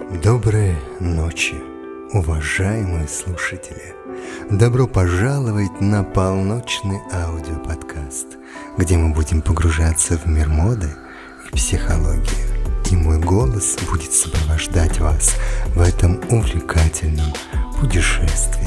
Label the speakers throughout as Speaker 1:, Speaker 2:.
Speaker 1: Доброй ночи, уважаемые слушатели! Добро пожаловать на полночный аудиоподкаст, где мы будем погружаться в мир моды и психологии. И мой голос будет сопровождать вас в этом увлекательном путешествии.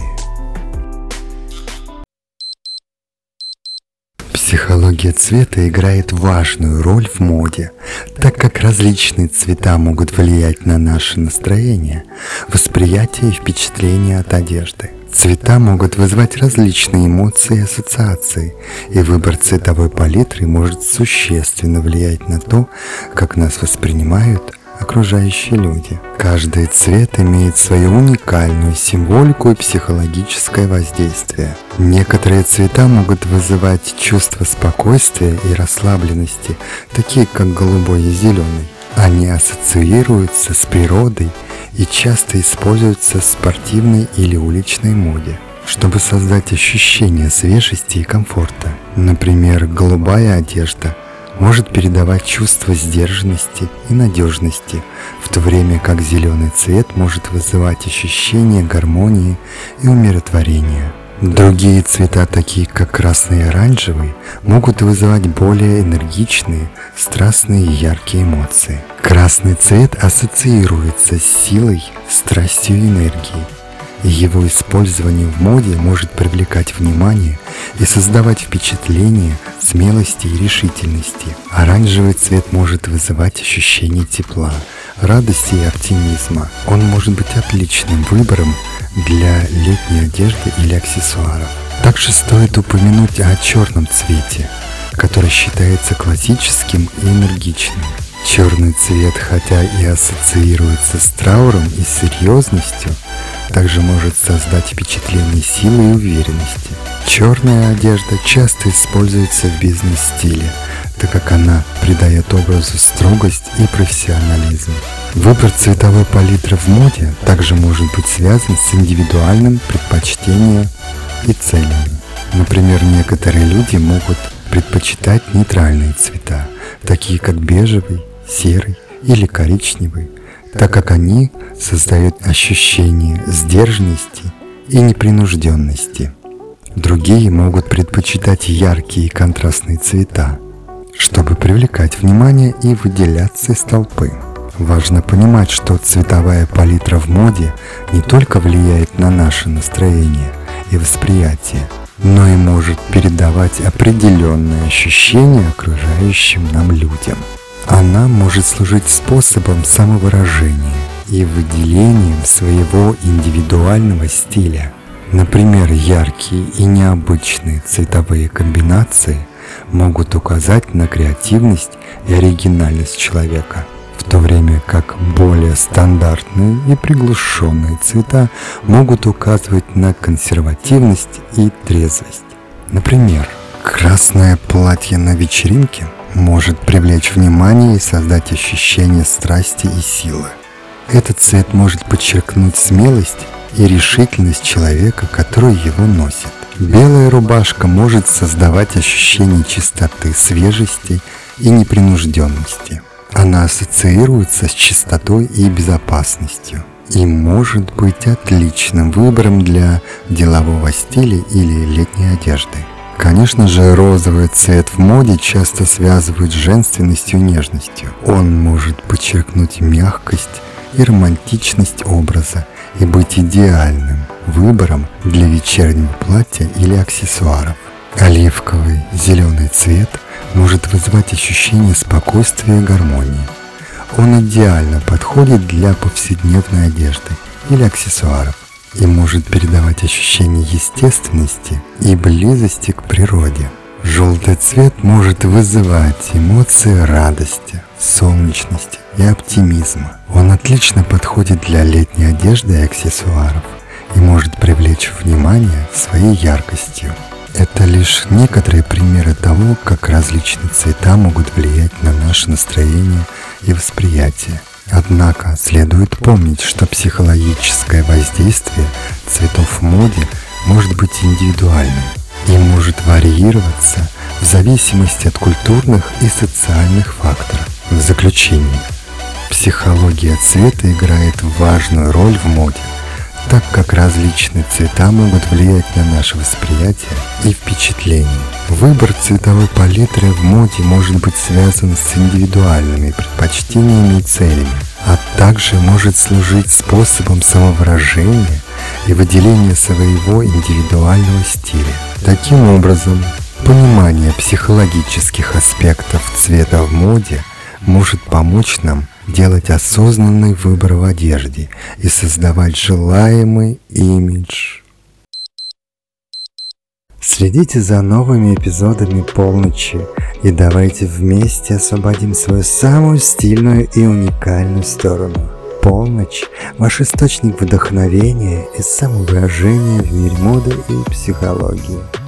Speaker 1: Психология цвета играет важную роль в моде, так как различные цвета могут влиять на наше настроение, восприятие и впечатление от одежды. Цвета могут вызывать различные эмоции и ассоциации, и выбор цветовой палитры может существенно влиять на то, как нас воспринимают окружающие люди. Каждый цвет имеет свою уникальную символику и психологическое воздействие. Некоторые цвета могут вызывать чувство спокойствия и расслабленности, такие как голубой и зеленый. Они ассоциируются с природой и часто используются в спортивной или уличной моде, чтобы создать ощущение свежести и комфорта. Например, голубая одежда может передавать чувство сдержанности и надежности, в то время как зеленый цвет может вызывать ощущение гармонии и умиротворения. Другие цвета, такие как красный и оранжевый, могут вызывать более энергичные, страстные и яркие эмоции. Красный цвет ассоциируется с силой, страстью и энергией. И его использование в моде может привлекать внимание и создавать впечатление смелости и решительности. Оранжевый цвет может вызывать ощущение тепла, радости и оптимизма. Он может быть отличным выбором для летней одежды или аксессуаров. Также стоит упомянуть о черном цвете, который считается классическим и энергичным. Черный цвет, хотя и ассоциируется с трауром и серьезностью, также может создать впечатление силы и уверенности. Черная одежда часто используется в бизнес-стиле, так как она придает образу строгость и профессионализм. Выбор цветовой палитры в моде также может быть связан с индивидуальным предпочтением и целями. Например, некоторые люди могут предпочитать нейтральные цвета, такие как бежевый, серый или коричневый, так как они создают ощущение сдержанности и непринужденности. Другие могут предпочитать яркие и контрастные цвета, чтобы привлекать внимание и выделяться из толпы. Важно понимать, что цветовая палитра в моде не только влияет на наше настроение и восприятие, но и может передавать определенные ощущения окружающим нам людям. Она может служить способом самовыражения и выделением своего индивидуального стиля. Например, яркие и необычные цветовые комбинации могут указать на креативность и оригинальность человека, в то время как более стандартные и приглушенные цвета могут указывать на консервативность и трезвость. Например, красное платье на вечеринке может привлечь внимание и создать ощущение страсти и силы. Этот цвет может подчеркнуть смелость и решительность человека, который его носит. Белая рубашка может создавать ощущение чистоты, свежести и непринужденности. Она ассоциируется с чистотой и безопасностью и может быть отличным выбором для делового стиля или летней одежды. Конечно же, розовый цвет в моде часто связывают с женственностью и нежностью. Он может подчеркнуть мягкость и романтичность образа и быть идеальным выбором для вечернего платья или аксессуаров. Оливковый зеленый цвет может вызывать ощущение спокойствия и гармонии. Он идеально подходит для повседневной одежды или аксессуаров и может передавать ощущение естественности и близости к природе. Желтый цвет может вызывать эмоции радости, солнечности и оптимизма. Он отлично подходит для летней одежды и аксессуаров и может привлечь внимание своей яркостью. Это лишь некоторые примеры того, как различные цвета могут влиять на наше настроение и восприятие. Однако следует помнить, что психологическое воздействие цветов в моде может быть индивидуальным и может варьироваться в зависимости от культурных и социальных факторов. В заключение, Психология цвета играет важную роль в моде, так как различные цвета могут влиять на наше восприятие и впечатление. Выбор цветовой палитры в моде может быть связан с индивидуальными предпочтениями и целями, а также может служить способом самовыражения и выделения своего индивидуального стиля. Таким образом, понимание психологических аспектов цвета в моде может помочь нам делать осознанный выбор в одежде и создавать желаемый имидж. Следите за новыми эпизодами «Полночи» и давайте вместе освободим свою самую стильную и уникальную сторону. «Полночь» – ваш источник вдохновения и самовыражения в мире моды и психологии.